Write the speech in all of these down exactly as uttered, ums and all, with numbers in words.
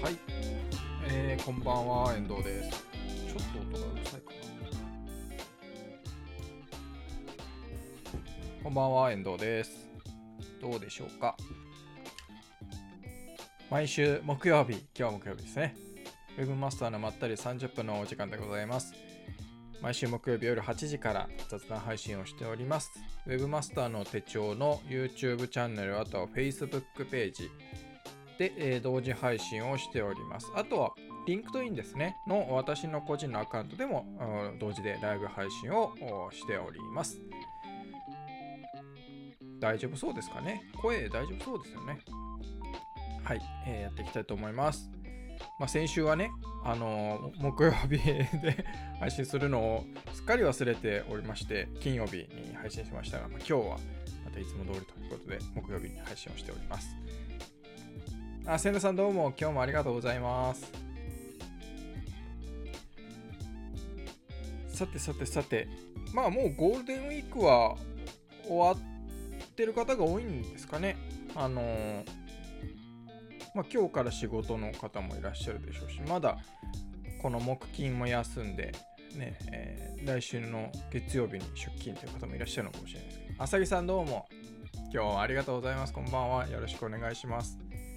はい、えー、こんばんは、遠藤です。ちょっと音がうるさいかな。こんばんは、遠藤です。どうでしょうか。毎週木曜日、今日は木曜日ですね。ウェブマスターのまったりさんじゅっぷんのお時間でございます。毎週木曜日夜はちじから雑談配信をしております。ウェブマスターの手帳の YouTube チャンネル、あとは Facebook ページで、えー、同時配信をしております。あとは LinkedIn ですねの私の個人のアカウントでも同時でライブ配信をしております。大丈夫そうですかね。声大丈夫そうですよね。はい、えー、やっていきたいと思います。まあ、先週はね、あのー、木曜日で配信するのをすっかり忘れておりまして、金曜日に配信しましたが、まあ、今日はまたいつも通りということで木曜日に配信をしております。あ、千田さんどうも今日もありがとうございます。さてさてさて、まあもうゴールデンウィークは終わってる方が多いんですかね。あのー、まあ今日から仕事の方もいらっしゃるでしょうし、まだこの木金も休んでね、えー、来週の月曜日に出勤という方もいらっしゃるのかもしれないですけど、あさぎさんどうも今日はありがとうございます。こんばんは、よろしくお願いします。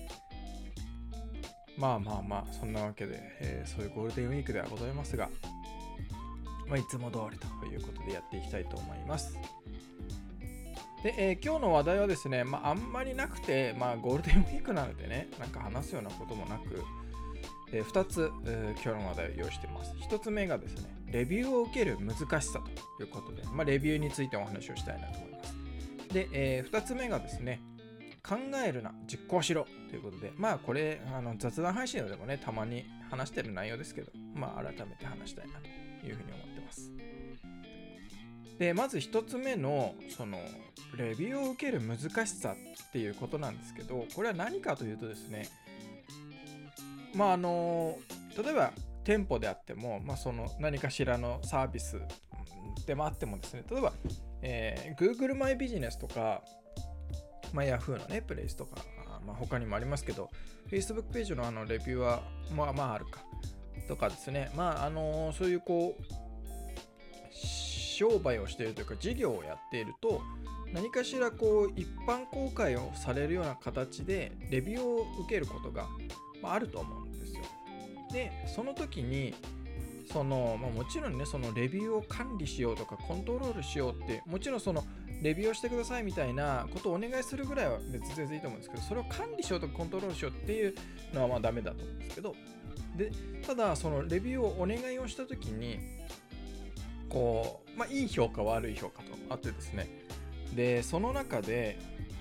まあまあまあそんなわけで、えー、そういうゴールデンウィークではございますが、まあ、いつも通りということでやっていきたいと思います。で、えー、今日の話題はですね、まあ、あんまりなくて、まあ、ゴールデンウィークなのでね、なんか話すようなこともなく、えー、ふたつ、えー、今日の話題を用意しています。ひとつめがですね、レビューを受ける難しさということで、まあ、レビューについてお話をしたいなと思います。で、えー、ふたつめがですね、考えるな、実行しろということで、まあこれあの雑談配信でもね、たまに話してる内容ですけど、まあ改めて話したいなというふうに思ってます。で、まず一つ目のそのレビューを受ける難しさっていうことなんですけど、これは何かというとですね、まああの例えば店舗であっても、まあ、その何かしらのサービスでもあってもですね、例えば、えー、Google マイビジネスとか、まあ、Yahoo のね、プレイスとか、まあ、他にもありますけど、Facebook ページのあのレビューは、まあまああるか。とかですね、まあ、あのー、そういうこう、商売をしているというか、事業をやっていると、何かしらこう、一般公開をされるような形で、レビューを受けることが、まあ、あると思うんですよ。で、その時に、その、まあ、もちろんね、そのレビューを管理しようとか、コントロールしようって、もちろんその、レビューをしてくださいみたいなことをお願いするぐらいは別に全然いいと思うんですけど、それを管理しようとかコントロールしようっていうのはまあダメだと思うんですけど、でただそのレビューをお願いをしたときに、こう、まあいい評価悪い評価とあってですね、でその中で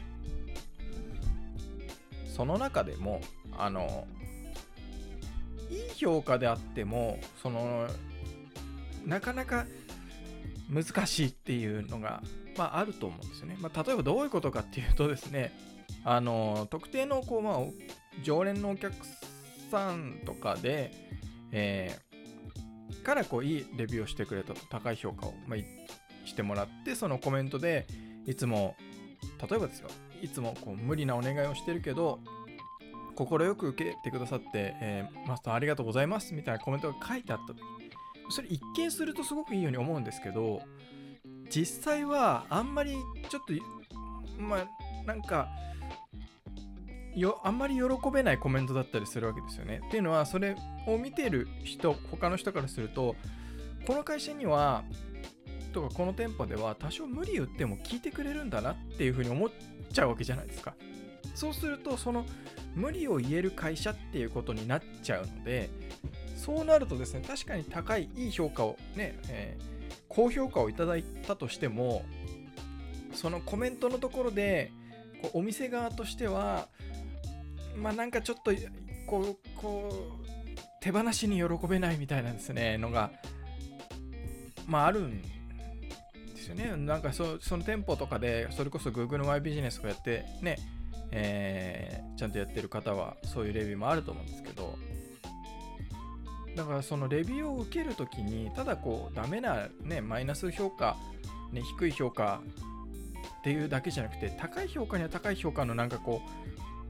その中でもあのいい評価であってもそのなかなか難しいっていうのが、まあ、あると思うんですよね。まあ、例えばどういうことかっていうとですね、あの特定のこう、まあ、常連のお客さんとかで、えー、からこういいレビューをしてくれたと、高い評価を、まあ、してもらって、そのコメントでいつも例えばですよ、いつもこう無理なお願いをしてるけど快く受けてくださって、えー、マスターありがとうございますみたいなコメントが書いてあった時、それ一見するとすごくいいように思うんですけど、実際はあんまりちょっとまあなんかよあんまり喜べないコメントだったりするわけですよね。っていうのは、それを見てる人、他の人からすると、この会社にはとかこの店舗では多少無理言っても聞いてくれるんだなっていうふうに思っちゃうわけじゃないですか。そうすると、その無理を言える会社っていうことになっちゃうので、そうなるとですね、確かに高いいい評価をね、えー高評価をいただいたとしても、そのコメントのところでこうお店側としてはまあなんかちょっとこうこう手放しに喜べないみたいなんですねのがまああるんですよね。なんか そ, その店舗とかでそれこそ Google マイビジネスをやってね、えー、ちゃんとやってる方はそういうレビューもあると思うんですけど、だからそのレビューを受けるときにただこうダメなねマイナス評価、ね、低い評価っていうだけじゃなくて、高い評価には高い評価のなんかこ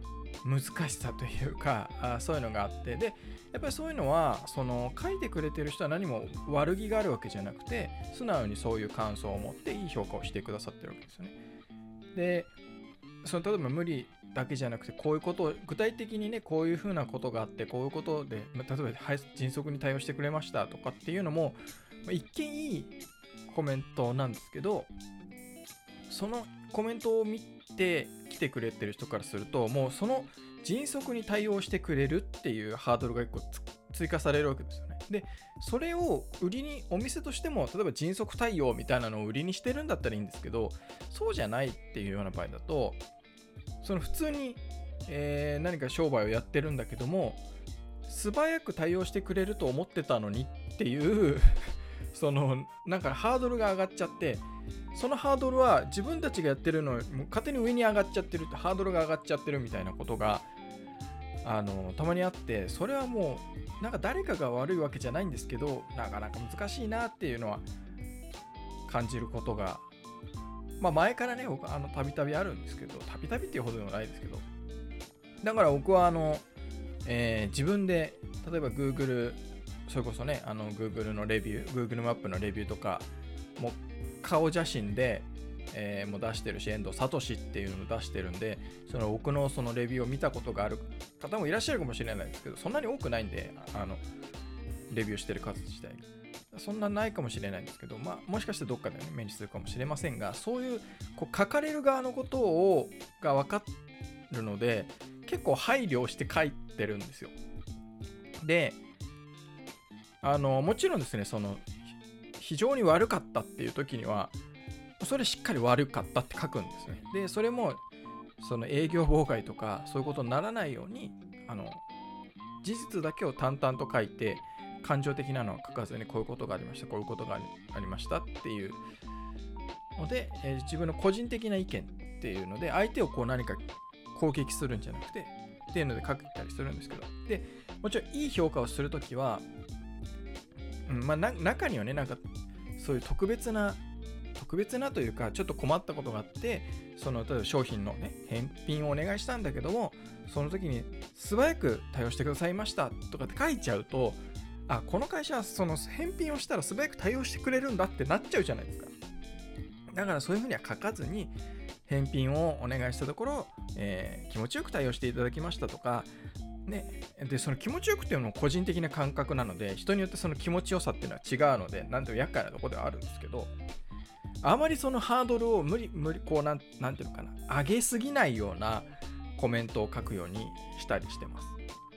難しさというか、あそういうのがあって、でやっぱりそういうのはその書いてくれてる人は何も悪気があるわけじゃなくて、素直にそういう感想を持っていい評価をしてくださってるわけですよね。でその例えば無理だけじゃなくて、こういうことを具体的にね、こういうふうなことがあって、こういうことで、例えば、はい、迅速に対応してくれましたとかっていうのも、一見いいコメントなんですけど、そのコメントを見て来てくれてる人からすると、もうその迅速に対応してくれるっていうハードルが一個追加されるわけですよね。で、それを売りに、お店としても例えば迅速対応みたいなのを売りにしてるんだったらいいんですけど、そうじゃないっていうような場合だと、その普通に、えー、何か商売をやってるんだけども、素早く対応してくれると思ってたのにっていうそのなんかハードルが上がっちゃって、そのハードルは自分たちがやってるのもう勝手に上に上がっちゃってるって、ハードルが上がっちゃってるみたいなことがあのたまにあって、それはもうなんか誰かが悪いわけじゃないんですけど、なかなか難しいなっていうのは感じることが、まあ前からね、僕あのたびたびあるんですけど、たびたびっていうほどでもないですけど、だから僕はあの、えー、自分で例えば Google、 それこそね、あの Google のレビュー、Google マップのレビューとかもう顔写真で、えー、もう出してるし、遠藤聡っていうのを出してるんで、その僕のそのレビューを見たことがある方もいらっしゃるかもしれないですけど、そんなに多くないんで、あのレビューしてる数自体がそんなないかもしれないんですけど、まあもしかしてどっかで、ね、目にするかもしれませんが、そういう、こう書かれる側のことをが分かるので、結構配慮して書いてるんですよ。で、あのもちろんですね、その非常に悪かったっていう時にはそれしっかり悪かったって書くんですね。でそれもその営業妨害とかそういうことにならないように、あの事実だけを淡々と書いて、感情的なのは書かずに、こういうことがありました、こういうことがありましたっていうので、えー、自分の個人的な意見っていうので、相手をこう何か攻撃するんじゃなくてっていうので書いたりするんですけど、でもちろんいい評価をするときは、うんまあ、な中にはね、なんかそういう特別な特別なというか、ちょっと困ったことがあって、その例えば商品のね返品をお願いしたんだけども、その時に素早く対応してくださいましたとかって書いちゃうと、あ、この会社はその返品をしたら素早く対応してくれるんだってなっちゃうじゃないですか。だからそういうふうには書かずに、返品をお願いしたところ、えー、気持ちよく対応していただきましたとかね、でその気持ちよくっていうのも個人的な感覚なので、人によってその気持ちよさっていうのは違うので、なんていう厄介なところではあるんですけど、あまりそのハードルを無理無理こうなんなんていうのかな、上げすぎないようなコメントを書くようにしたりしてます。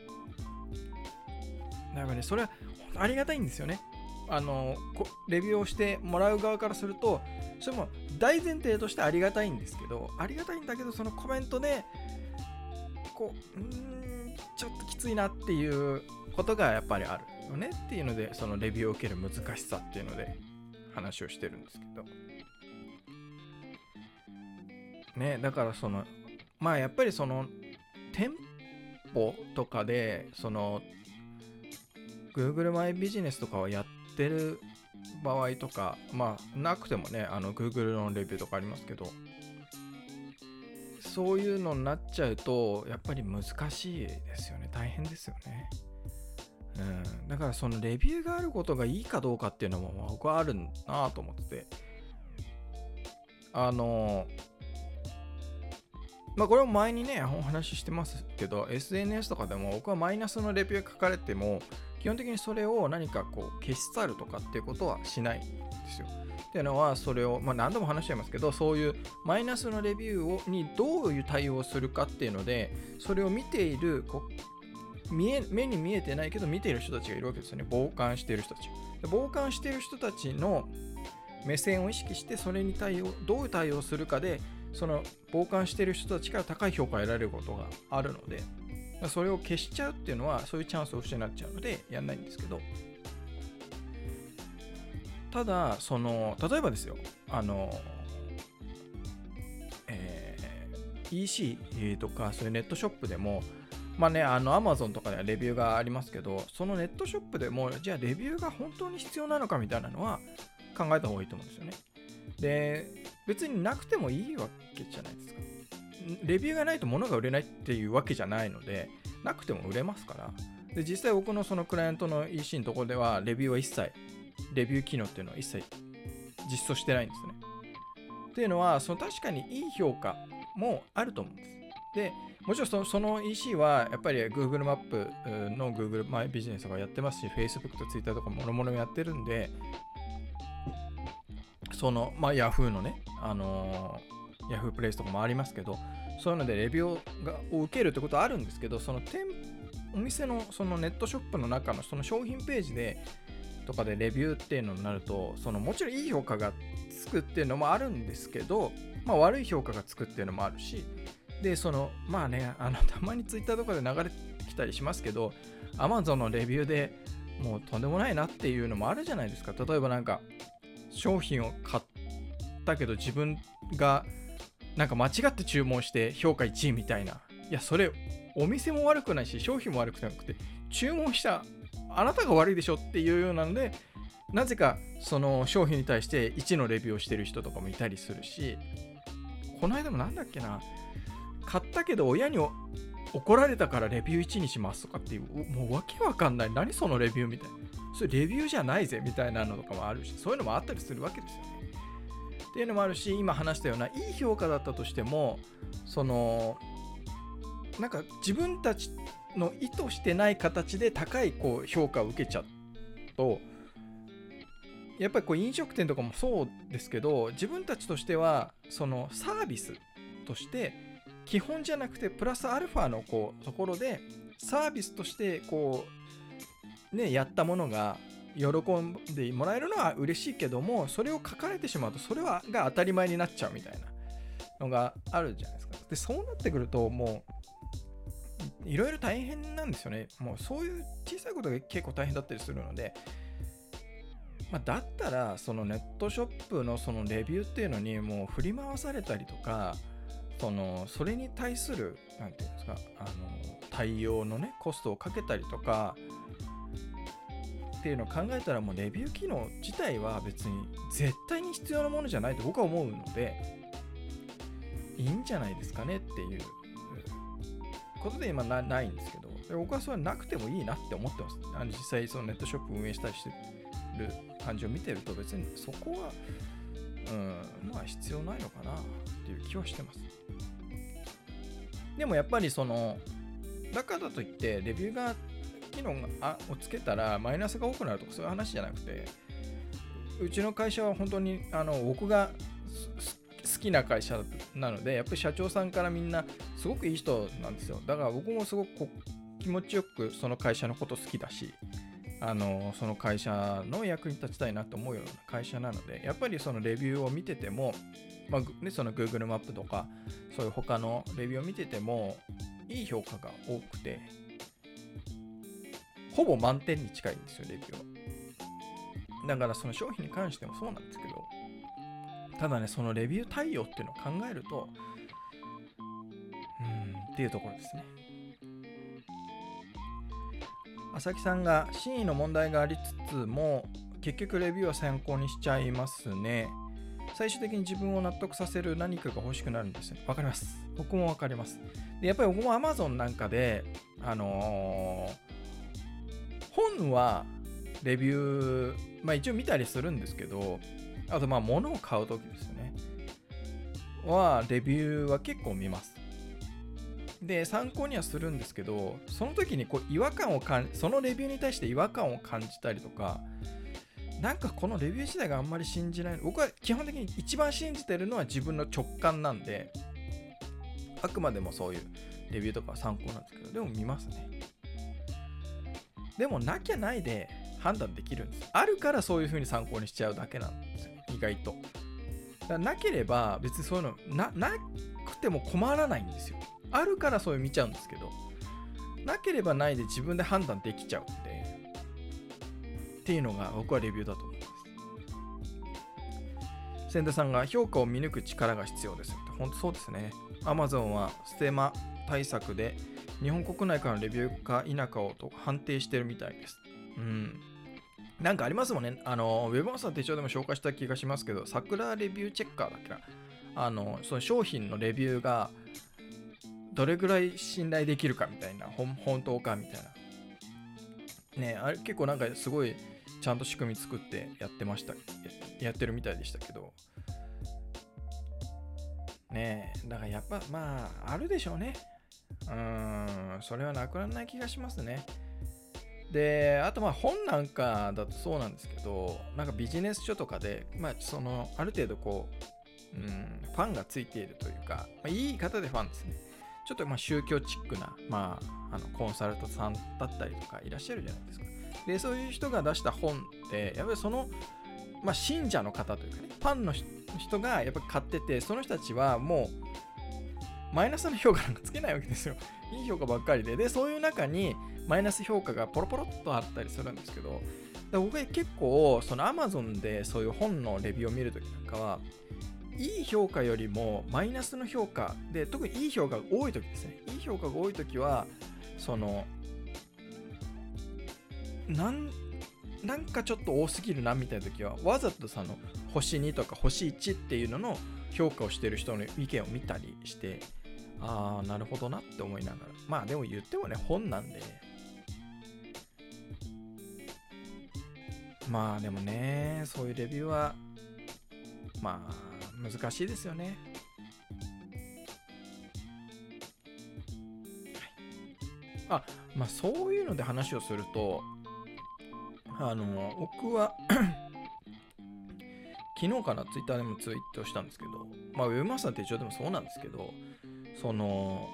だからね、それはありがたいんですよね。あのレビューをしてもらう側からすると、それも大前提としてありがたいんですけど、ありがたいんだけど、そのコメントでこう、うーんちょっときついなっていうことがやっぱりあるよねっていうので、そのレビューを受ける難しさっていうので話をしてるんですけどね。だからそのまあやっぱりその店舗とかでその Google マイビジネスとかをやってる場合とか、まあなくてもね、あの Google のレビューとかありますけど、そういうのになっちゃうとやっぱり難しいですよね。大変ですよね。うん、だからそのレビューがあることがいいかどうかっていうのも僕はあるなと思ってて、あのまあこれも前にねお話ししてますけど、 エスエヌエス とかでも僕はマイナスのレビュー書かれても基本的にそれを何かこう消し去るとかっていうことはしないんですよ。っていうのは、それを、まあ、何度も話しちゃいますけど、そういうマイナスのレビューをにどういう対応をするかっていうので、それを見ているこう見え目に見えてないけど見ている人たちがいるわけですよね。傍観している人たち。で傍観している人たちの目線を意識して、それに対応どういう対応をするかで、その傍観している人たちから高い評価を得られることがあるので、それを消しちゃうっていうのはそういうチャンスを失っちゃうのでやんないんですけど、ただその例えばですよ、あの、えー、イーシー とかそういうネットショップでも、まあね、あの Amazon とかではレビューがありますけど、そのネットショップでもじゃあレビューが本当に必要なのかみたいなのは考えた方がいいと思うんですよね。で、別になくてもいいわけじゃないですか。 レビューがないと物が売れないっていうわけじゃないので、なくても売れますから。で実際僕のそのクライアントの イーシー のところではレビューは一切、レビュー機能っていうのは一切実装してないんですね。っていうのは、その確かにいい評価もあると思うんです。でもちろんその、その イーシー はやっぱり Google マップの Google マイビジネスとかやってますし、Facebook と Twitter とかもろもろやってるんで、その、まあ Yahoo のね、あのー、Yahoo プレイスとかもありますけど、そういうのでレビューがを受けるってことはあるんですけど、その店お店のそのネットショップの中のその商品ページでとかでレビューっていうのになると、そのもちろんいい評価がつくっていうのもあるんですけど、まあ悪い評価がつくっていうのもあるし、でそのまあね、あのたまにツイッターとかで流れてきたりしますけど、 Amazon のレビューでもうとんでもないなっていうのもあるじゃないですか。例えばなんか商品を買ったけど自分がなんか間違って注文して評価いちいみたいな、いやそれお店も悪くないし商品も悪くなくて、注文したあなたが悪いでしょっていうようなので、なぜかその商品に対していちのレビューをしてる人とかもいたりするし、この間もなんだっけな、買ったけど親に怒られたからレビューいちにしますとかっていう、もうわけわかんない、何そのレビューみたいな、それレビューじゃないぜみたいなのとかもあるし、そういうのもあったりするわけですよね。っていうのもあるし、今話したようないい評価だったとしても、そのなんか自分たちの意図してない形で高いこう評価を受けちゃうと、やっぱりこう飲食店とかもそうですけど、自分たちとしてはそのサービスとして基本じゃなくてプラスアルファのこうところでサービスとしてこうねやったものが喜んでもらえるのは嬉しいけども、それを書かれてしまうとそれはが当たり前になっちゃうみたいなのがあるじゃないですか。でそうなってくるともういろいろ大変なんですよね。もうそういう小さいことが結構大変だったりするので、まあ、だったらそのネットショップのそのレビューっていうのにもう振り回されたりとか、そのそれに対するなんていうんですか、あの対応のねコストをかけたりとかっていうのを考えたら、もうレビュー機能自体は別に絶対に必要なものじゃないと僕は思うので、いいんじゃないですかねっていうことで今 な, ないんですけど、僕はそれはなくてもいいなって思ってます。あの実際そのネットショップ運営したりしてる感じを見てると、別にそこはうんまあ必要ないのかなっていう気はしてます。でもやっぱりそのだからといってレビューが機能がをつけたらマイナスが多くなるとかそういう話じゃなくて、うちの会社は本当にあの僕が好きな会社なので、やっぱり社長さんからみんなすごくいい人なんですよ。だから僕もすごく気持ちよくその会社のこと好きだし、あのその会社の役に立ちたいなと思うような会社なので、やっぱりそのレビューを見てても、まあね、その Google マップとかそういう他のレビューを見ててもいい評価が多くて、ほぼ満点に近いんですよレビューは。だからその商品に関してもそうなんですけど、ただねそのレビュー対応っていうのを考えるとうーんっていうところですね。浅木さんが真意の問題がありつつも結局レビューは参考にしちゃいますね。最終的に自分を納得させる何かが欲しくなるんですよ。わかります。僕もわかります。でやっぱり僕も Amazon なんかであのー、本はレビューまあ一応見たりするんですけど、あとまあ物を買うときですよねはレビューは結構見ます。で参考にはするんですけど、その時にこう違和感を感じそのレビューに対して違和感を感じたりとか、なんかこのレビュー自体があんまり信じない。僕は基本的に一番信じてるのは自分の直感なんで、あくまでもそういうレビューとかは参考なんですけど、でも見ますね。でもなきゃないで判断できるんです。あるからそういう風に参考にしちゃうだけなんですよ、意外と。だからなければ別にそういうの な, なくても困らないんですよ。あるからそういう見ちゃうんですけど、なければないで自分で判断できちゃうんでっていうのが僕はレビューだと思います。千田さんが評価を見抜く力が必要ですよって、本当そうですね。 Amazon はステマ対策で日本国内からのレビューか否かをと判定してるみたいです。うん、なんかありますもんね。あのウェブマスター手帳でも紹介した気がしますけど、桜レビューチェッカーだっけな、あのその商品のレビューがどれぐらい信頼できるかみたいな、ほん本当かみたいなね、あれ結構なんかすごいちゃんと仕組み作ってやってました、や、やってるみたいでしたけどね。えだからやっぱまああるでしょうね。うーんそれはなくならない気がしますね。であとまあ本なんかだとそうなんですけど、なんかビジネス書とかでまあそのある程度こう、うん、ファンがついているというか、まあ、いい言い方でファンですね。ちょっとまあ宗教チックな、まあ、あのコンサルタントさんだったりとかいらっしゃるじゃないですか。でそういう人が出した本ってやっぱりその、まあ、信者の方というかね、ファンの人がやっぱり買ってて、その人たちはもうマイナスの評価なんかつけないわけですよ。いい評価ばっかりで、でそういう中にマイナス評価がポロポロっとあったりするんですけど、で僕は結構その Amazon でそういう本のレビューを見るときなんかは、いい評価よりもマイナスの評価で、特にいい評価が多いときですね。いい評価が多いときはそのなんなんかちょっと多すぎるなみたいなときは、わざとその星にとか星いちっていうのの評価をしている人の意見を見たりして、ああなるほどなって思いながら、まあでも言ってもね本なんで、まあでもねそういうレビューはまあ難しいですよね。あまあそういうので話をすると、あの僕は昨日かなツイッターでもツイートしたんですけど、まあウェブマスター手帳でもそうなんですけど、その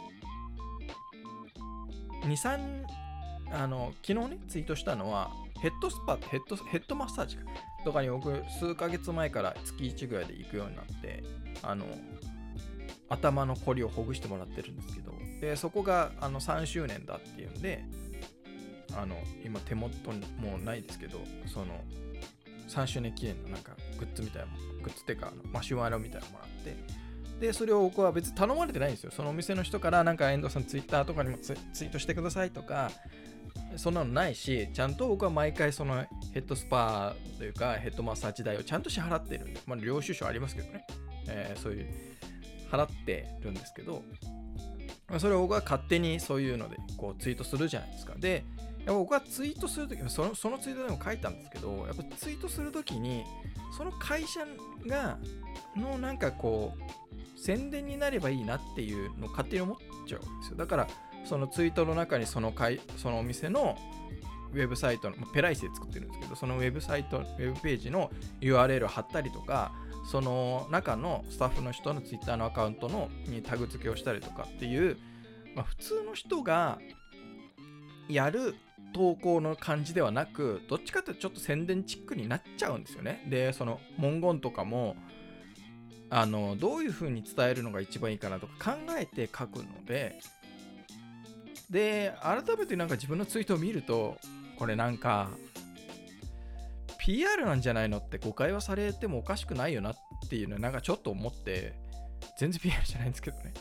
に、さんあの昨日ねツイートしたのはヘッドスパヘッドヘッドマッサージかとかに僕数ヶ月前から月いちぐらいで行くようになって、あの頭のこりをほぐしてもらってるんですけど、でそこがあのさんしゅうねんだっていうんで、あの今手元にもうないですけど、そのさんしゅうねん記念のなんかグッズみたいな、グッズっていうかあのマシュマロみたいなのもらって、でそれを僕は別に頼まれてないんですよ。そのお店の人からなんか遠藤さんツイッターとかにも ツ, ツイートしてくださいとかそんなのないし、ちゃんと僕は毎回そのヘッドスパというかヘッドマッサージ代をちゃんと支払ってるんで、まあ領収書ありますけどね、えー、そういう払ってるんですけど、それを僕は勝手にそういうのでこうツイートするじゃないですか。でやっぱ僕はツイートするとき、その、そのツイートでも書いたんですけど、やっぱツイートするときにその会社がのなんかこう宣伝になればいいなっていうのを勝手に思っちゃうんですよ。だからそのツイートの中にその会そのお店のウェブサイトのペライチで作ってるんですけど、そのウェブサイトウェブページの ユーアールエル を貼ったりとか、その中のスタッフの人のツイッターのアカウントのにタグ付けをしたりとかっていう、まあ、普通の人がやる投稿の感じではなく、どっちかというとちょっと宣伝チックになっちゃうんですよね。でその文言とかもあのどういう風に伝えるのが一番いいかなとか考えて書くので、で改めてなんか自分のツイートを見ると、これなんか ピーアール なんじゃないのって誤解はされてもおかしくないよなっていうのはなんかちょっと思って、全然 ピーアール じゃないんですけどね。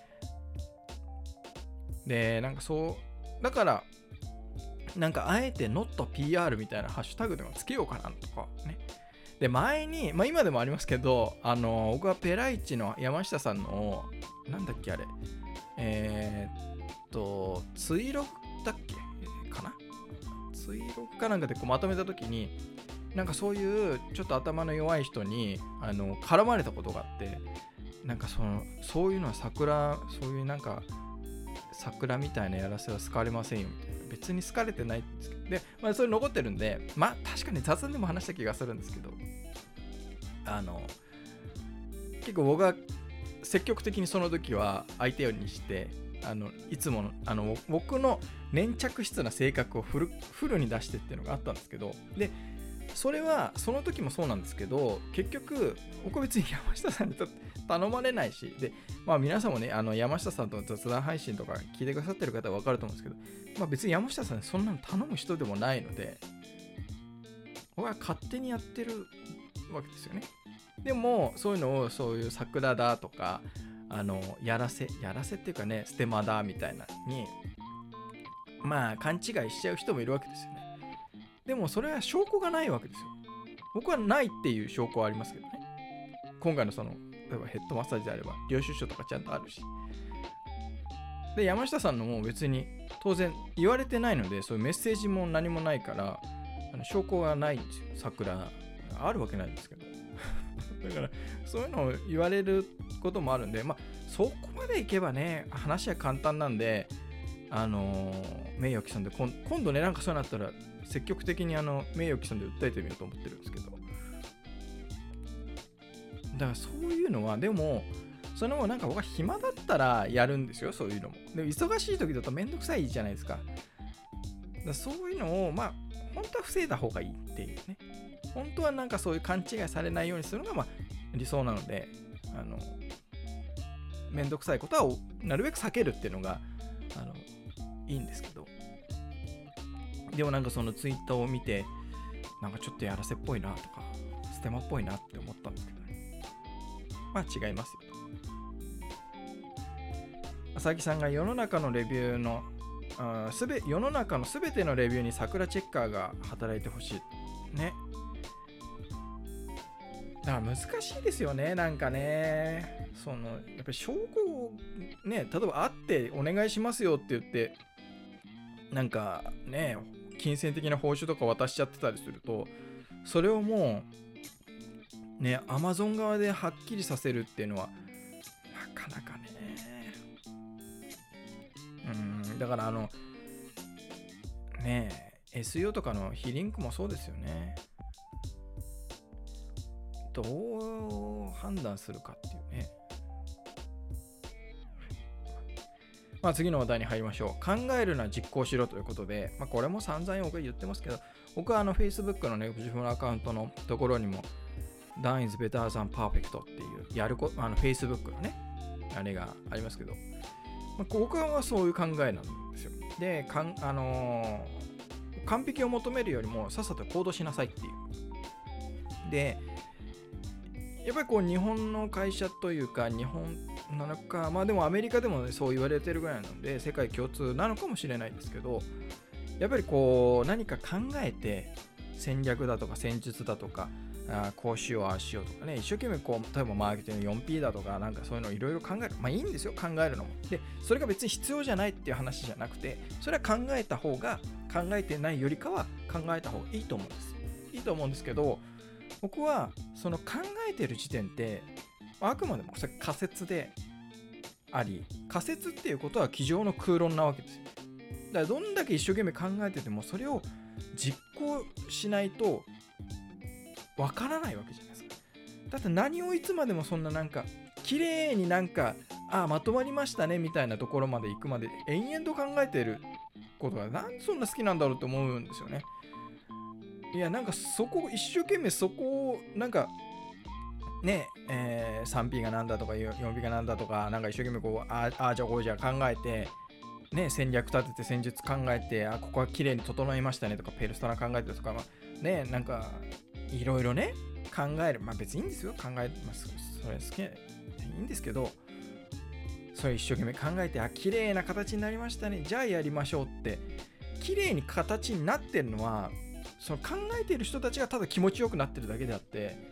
でなんかそうだからなんかあえて ノットピーアール みたいなハッシュタグでもつけようかなとかね。で前に、まあ今でもありますけど、あの僕はペライチの山下さんのなんだっけあれ、えー、っとツイログだっけかな、ツイログかなんかでこうまとめたときに、なんかそういうちょっと頭の弱い人にあの絡まれたことがあって、なんかそのそういうのは桜、そういうなんか桜みたいなやらせは好かれませんよみたいな、別に好かれてないんですけど、で、まあ、それ残ってるんで、まあ確かに雑談でも話した気がするんですけど、あの結構僕は積極的にその時は相手にして、あのいつものあの僕の粘着質な性格をフル、フルに出してっていうのがあったんですけど、でそれはその時もそうなんですけど、結局僕は別に山下さんに頼まれないし、でまあ皆さんもね、あの山下さんとの雑談配信とか聞いてくださってる方は分かると思うんですけど、まあ別に山下さんにそんなの頼む人でもないので、僕は勝手にやってるわけですよね。でもそういうのをそういう桜だとか、あのやらせやらせっていうかね、ステマだみたいなにまあ勘違いしちゃう人もいるわけですよね。でもそれは証拠がないわけですよ。僕はないっていう証拠はありますけどね。今回のその例えばヘッドマッサージであれば領収書とかちゃんとあるし、 で山下さんのも別に当然言われてないので、そういうメッセージも何もないから、あの証拠がないんですよ。桜あるわけないんですけどだからそういうのを言われることもあるんで、まあそこまでいけばね話は簡単なんで、あのー、名誉毀損で今今度ね、なんかそうなったら積極的にあの名誉毀損で訴えてみようと思ってるんですけど、だからそういうのはでもそのなんか僕は暇だったらやるんですよ、そういうのも。でも忙しい時だとめんどくさいじゃないですか。だからそういうのをまあ本当は防いだ方がいいっていうね。本当はなんかそういう勘違いされないようにするのがまあ理想なので、あのめんどくさいことはなるべく避けるっていうのがあのいいんですけど、でもなんかそのツイッターを見てなんかちょっとやらせっぽいなとかステマっぽいなって思ったんですけどね。まあ違いますよと。浅木さんが世の中のレビューのあすべ世の中のすべてのレビューに桜チェッカーが働いてほしいね。だから難しいですよね、なんかね。そのやっぱり証拠をね、例えば会ってお願いしますよって言ってなんかね金銭的な報酬とか渡しちゃってたりすると、それをもうね Amazon 側ではっきりさせるっていうのはなかなかね、うんだからあのね エスイーオー とかの非リンクもそうですよね。どう判断するかっていうね。まあ次の話題に入りましょう。考えるな実行しろということで、まあ、これも散々僕は言ってますけど、僕はあの Facebook のね自分のアカウントのところにも Done is better than perfect っていうやるこあの Facebook のねあれがありますけど、まあ、僕はそういう考えなんですよ。でかん、あのー、完璧を求めるよりもさっさと行動しなさいっていう。でやっぱりこう日本の会社というか日本なのか、まあでもアメリカでも、ね、そう言われてるぐらいなので世界共通なのかもしれないですけど、やっぱりこう何か考えて戦略だとか戦術だとかあこうしようああしようとかね、一生懸命こう例えばマーケティング よんピー だとかなんかそういうのをいろいろ考える。まあいいんですよ考えるのも。でそれが別に必要じゃないっていう話じゃなくて、それは考えた方が考えてないよりかは考えた方がいいと思うんですいいと思うんですけど、僕はその考えてる時点ってあくまでもそれ仮説であり、仮説っていうことは机上の空論なわけですよ。だからどんだけ一生懸命考えててもそれを実行しないとわからないわけじゃないですか。だって何をいつまでもそんななんか綺麗になんかあまとまりましたねみたいなところまで行くまで延々と考えてることがなんでそんな好きなんだろうと思うんですよね。いやなんかそこ一生懸命そこをなんかねえー、さんピー がなんだとか よんピー がなんだとかなんか一生懸命こうああじゃあこうじゃ考えてね戦略立てて戦術考えてあここは綺麗に整いましたねとかペルソナ考えてとか、まあ、ねなんかいろいろね考える。まあ別にいいんですよ考えます、それ好きいいんですけど、それ一生懸命考えてあ綺麗な形になりましたねじゃあやりましょうって綺麗に形になってるのはその考えている人たちがただ気持ちよくなってるだけであって、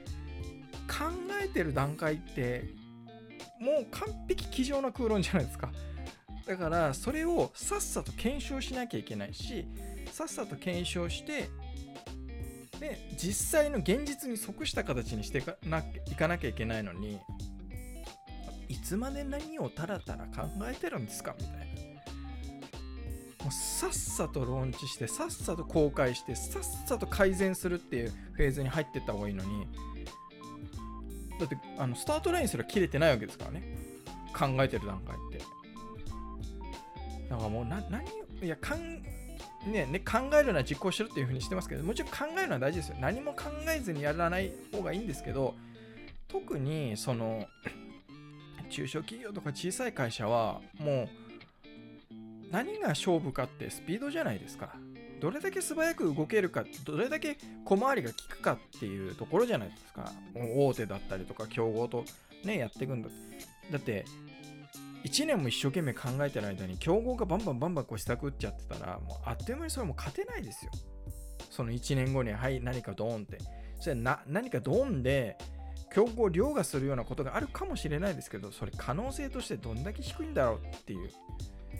考えてる段階ってもう完璧机上の空論じゃないですか。だからそれをさっさと検証しなきゃいけないし、さっさと検証してで実際の現実に即した形にしていかな、いかなきゃいけないのに、いつまで何をたらたら考えてるんですかみたいな。もうさっさとローンチしてさっさと公開してさっさと改善するっていうフェーズに入っていった方がいいのに、だってあのスタートラインすら切れてないわけですからね、考えてる段階って。だからもうな何いやかん、ねね、考えるのは実行しろっていう風にしてますけど、もちろん考えるのは大事ですよ。何も考えずにやらない方がいいんですけど、特にその中小企業とか小さい会社はもう何が勝負かってスピードじゃないですか。どれだけ素早く動けるか、どれだけ小回りが利くかっていうところじゃないですか。大手だったりとか競合とねやっていくんだ。だっていちねんも一生懸命考えてる間に競合がバンバンバンバンこう施策打っちゃってたら、もうあっという間にそれもう勝てないですよ。そのいちねんごにはい何かドーンって、それな何かドーンで競合を凌駕するようなことがあるかもしれないですけど、それ可能性としてどんだけ低いんだろうっていう。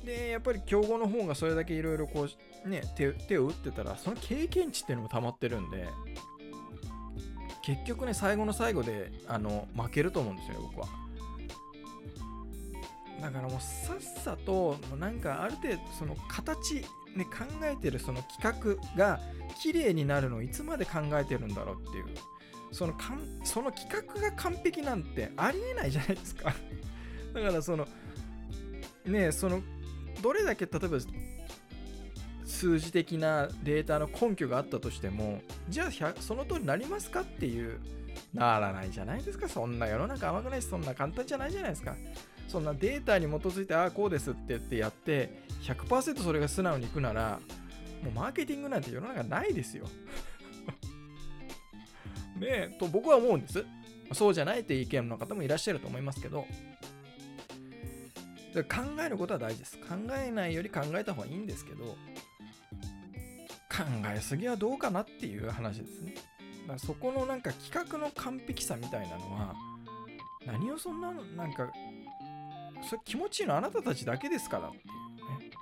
でやっぱり競合の方がそれだけいろいろこうね 手, 手を打ってたら、その経験値っていうのも溜まってるんで、結局ね最後の最後であの負けると思うんですよね、僕は。だからもうさっさとなんかある程度その形ね、考えてるその企画が綺麗になるのをいつまで考えてるんだろうっていう、そのかんその企画が完璧なんてありえないじゃないですか。だからそのねそのどれだけ例えば数字的なデータの根拠があったとしても、じゃあその通りになりますかっていう、ならないじゃないですか。そんな世の中甘くないし、そんな簡単じゃないじゃないですか。そんなデータに基づいてああこうですって言ってやって ひゃくパーセント それが素直にいくなら、もうマーケティングなんて世の中ないですよ。ねえと僕は思うんです。そうじゃないっていう意見の方もいらっしゃると思いますけど、考えることは大事です。考えないより考えた方がいいんですけど、考えすぎはどうかなっていう話ですね。だからそこのなんか企画の完璧さみたいなのは、何をそんななんかそれ気持ちいいのあなたたちだけですからっていうね。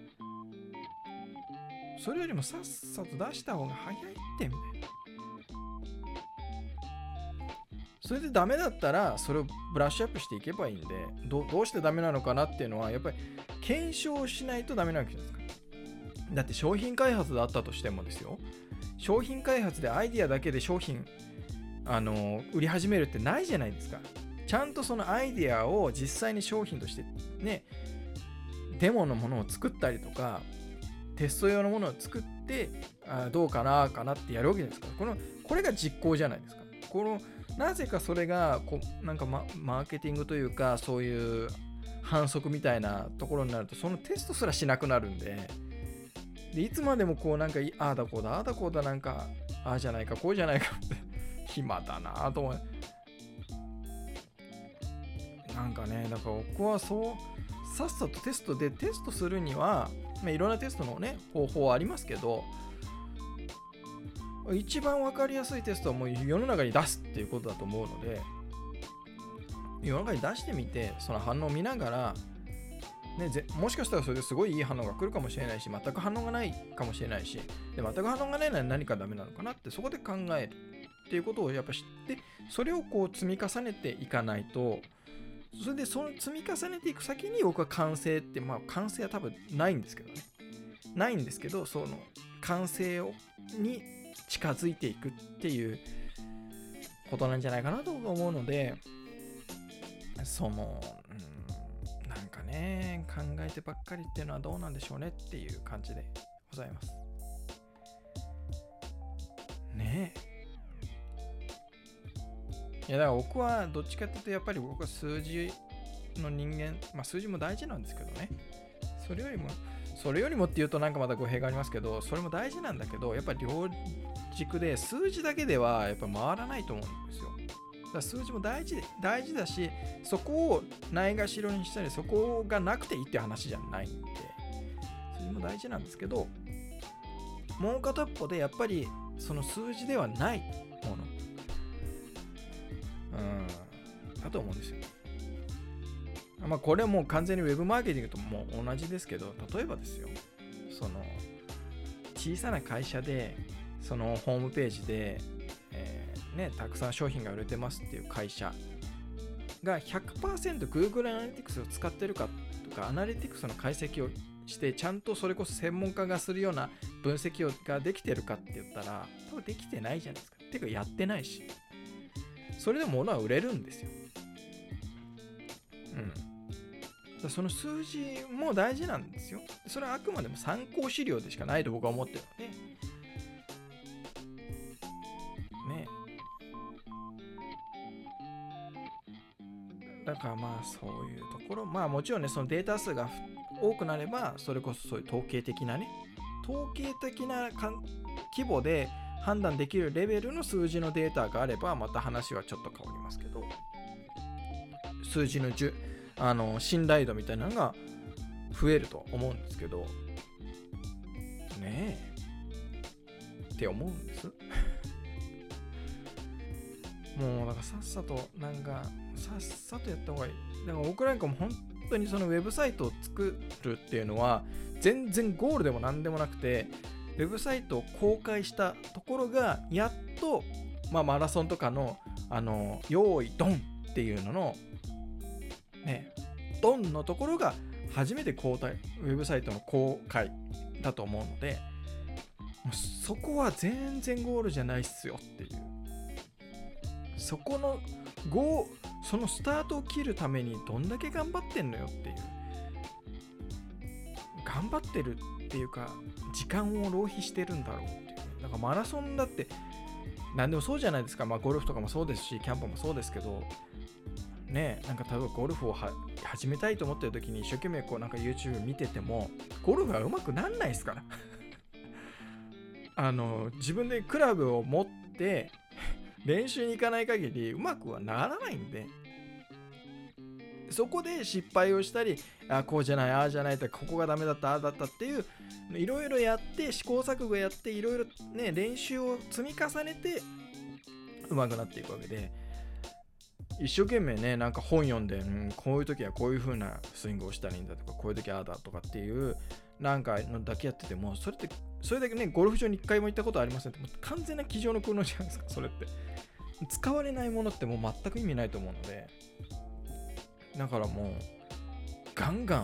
それよりもさっさと出した方が早いってみたいな。それでダメだったらそれをブラッシュアップしていけばいいんで、 ど, どうしてダメなのかなっていうのはやっぱり検証しないとダメなわけじゃないですか。だって商品開発だったとしてもですよ、商品開発でアイディアだけで商品あの売り始めるってないじゃないですか。ちゃんとそのアイディアを実際に商品としてね、デモのものを作ったりとかテスト用のものを作って、あどうかなかなってやるわけですから、このこれが実行じゃないですか。このなぜかそれがこなんか マ, マーケティングというかそういう反則みたいなところになると、そのテストすらしなくなるんで、でいつまでもこうなんかああだこうだああだこうだなんかああじゃないかこうじゃないかって暇だなと思う。なんかね、だから僕はそうさっさとテストでテストするには、まあ、いろんなテストのね方法はありますけど、一番わかりやすいテストはもう世の中に出すっていうことだと思うので、世の中に出してみてその反応を見ながら、ね、ぜもしかしたらそれですごいいい反応が来るかもしれないし、全く反応がないかもしれないし、で全く反応がないのは何かダメなのかなって、そこで考えるっていうことをやっぱ知って、それをこう積み重ねていかないと、それでその積み重ねていく先に僕は完成って、まあ完成は多分ないんですけどねないんですけどその完成をに近づいていくっていうことなんじゃないかなと思うので、その、うん、なんかね考えてばっかりっていうのはどうなんでしょうねっていう感じでございますねえ。いやだから僕はどっちかっていうとやっぱり僕は数字の人間、まあ数字も大事なんですけどね、それよりもそれよりもっていうとなんかまた語弊がありますけど、それも大事なんだけど、やっぱり両軸で数字だけではやっぱ回らないと思うんですよ。だから数字も大事大事だし、そこをないがしろにしたりそこがなくていいっていう話じゃないんで、数字も大事なんですけど、もう片っぽでやっぱりその数字ではないものうんだと思うんですよ。まあこれはもう完全にウェブマーケティングとも同じですけど、例えばですよ、その小さな会社でそのホームページで、えーね、たくさん商品が売れてますっていう会社が ひゃくパーセント Google Analytics を使ってるかとか、アナリティクスの解析をしてちゃんとそれこそ専門家がするような分析ができてるかって言ったら多分できてないじゃないですか。てかやってないし、それでも物は売れるんですよ。うん。その数字も大事なんですよ。それはあくまでも参考資料でしかないと僕は思ってるので、ね。だからまあそういうところ、まあもちろんね、そのデータ数が多くなれば、それこそそういう統計的なね、統計的な規模で判断できるレベルの数字のデータがあれば、また話はちょっと変わりますけど、数字のじゅあの信頼度みたいなのが増えると思うんですけどねえって思うんですもうだからさっさとなんかさっさとやった方がいい。だから僕なんかも本当にそのウェブサイトを作るっていうのは全然ゴールでも何でもなくて、ウェブサイトを公開したところがやっと、まあ、マラソンとかのあの用意ドンっていうののね、ドンのところが初めて公開、ウェブサイトの公開だと思うので、もうそこは全然ゴールじゃないっすよっていう、そこのゴーそのスタートを切るためにどんだけ頑張ってんのよっていう、頑張ってるっていうか時間を浪費してるんだろうっていうね。なんかマラソンだって何でもそうじゃないですか。まあゴルフとかもそうですし、キャンプもそうですけどね、なんか例えばゴルフをは始めたいと思ってる時に一生懸命こうなんか YouTube 見ててもゴルフは上手くなんないですからあの自分でクラブを持って練習に行かない限り上手くはならないんで、そこで失敗をしたり、あこうじゃないああじゃないとか、ここがダメだったああだったっていういろいろやって試行錯誤やっていろいろね練習を積み重ねて上手くなっていくわけで、一生懸命ねなんか本読んで、うん、こういう時はこういう風なスイングをしたらいいんだとか、こういう時はああだとかっていうなんかのだけやってても、それってそれだけねゴルフ場に一回も行ったことありませんって、もう完全な机上の空論じゃないですか。それって使われないものってもう全く意味ないと思うので、だからもうガンガン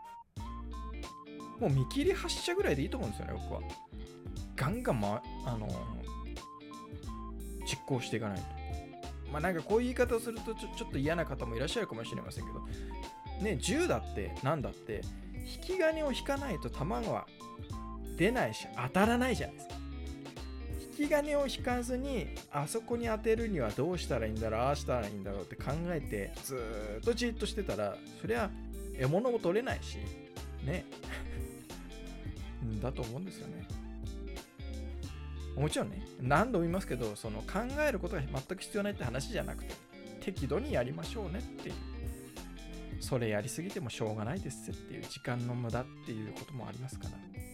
もう見切り発車ぐらいでいいと思うんですよね、僕は。ガンガン、ま、あの実行していかないと。まあなんかこういう言い方をするとちょ、ちょっと嫌な方もいらっしゃるかもしれませんけどね、銃だってなんだって引き金を引かないと弾は出ないし当たらないじゃないですか。引き金を引かずにあそこに当てるにはどうしたらいいんだろう、ああしたらいいんだろうって考えてずーっとじっとしてたら、そりゃ獲物も取れないしねだと思うんですよね。もちろんね何度も言いますけど、その考えることが全く必要ないって話じゃなくて、適度にやりましょうねっていう、それやりすぎてもしょうがないですっていう、時間の無駄っていうこともありますから。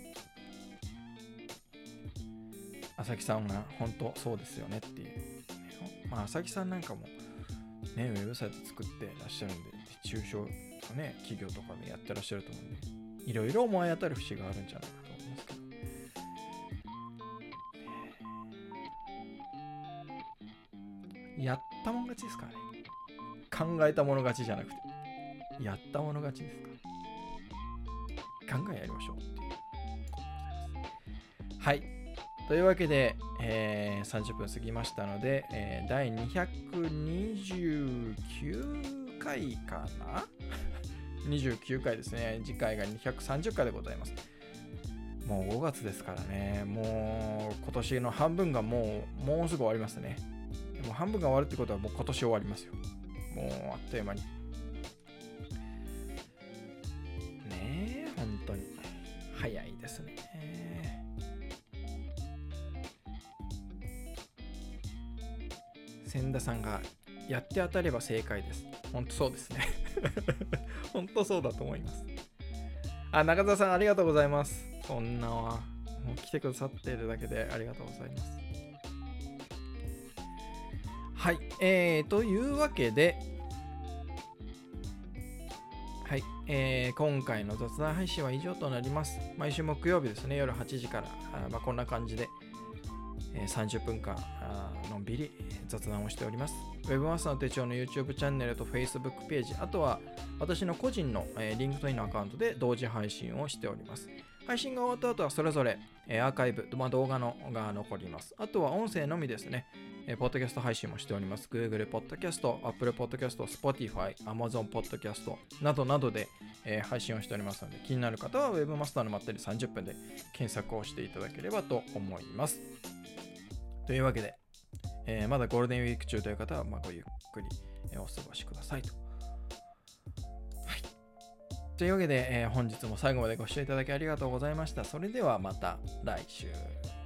朝木さんが本当そうですよねっていう、まあ朝木さんなんかもねウェブサイト作ってらっしゃるんで、中小のね企業とかでやってらっしゃると思うんで、いろいろ思い当たる節があるんじゃないかと思いますけど、やったもん勝ちですからね。考えたもの勝ちじゃなくてやったもの勝ちですから、ガンガンやりましょうっていうことでございます。はい、というわけで、えー、さんじゅっぷん過ぎましたので、えー、だいにひゃくにじゅうきゅうかいかなにじゅうきゅうかいですね。次回がにひゃくさんじゅっかいでございます。もうごがつですからね、もう今年の半分がもうもうすぐ終わりますね。もう半分が終わるってことはもう今年終わりますよ。もうあっという間にねえ、本当に早いですね。千田さんがやって当たれば正解です。本当そうですね本当そうだと思います。あ、中澤さんありがとうございます。そんなはもう来てくださっているだけでありがとうございます。はい、えー、というわけで、はい、えー、今回の雑談配信は以上となります。毎週木曜日ですね、夜はちじから、あまあ、こんな感じで、えー、さんじゅっぷんかんあのんびり雑談をしております。ウェブマスターの手帳の YouTube チャンネルと Facebook ページ、あとは私の個人の、えー、リンクトインのアカウントで同時配信をしております。配信が終わった後はそれぞれ、えー、アーカイブ、まあ、動画のが残ります。あとは音声のみですね。えー、ポッドキャスト配信もしております。Google Podcast、Apple Podcast、Spotify、Amazon Podcast などなどで、えー、配信をしておりますので、気になる方は Webmaster のまったりさんじゅっぷんで検索をしていただければと思います。というわけで、えー、まだゴールデンウィーク中という方は、まあ、ごゆっくり、えー、お過ごしくださいと。はい。というわけで、えー、本日も最後までご視聴いただきありがとうございました。それではまた来週。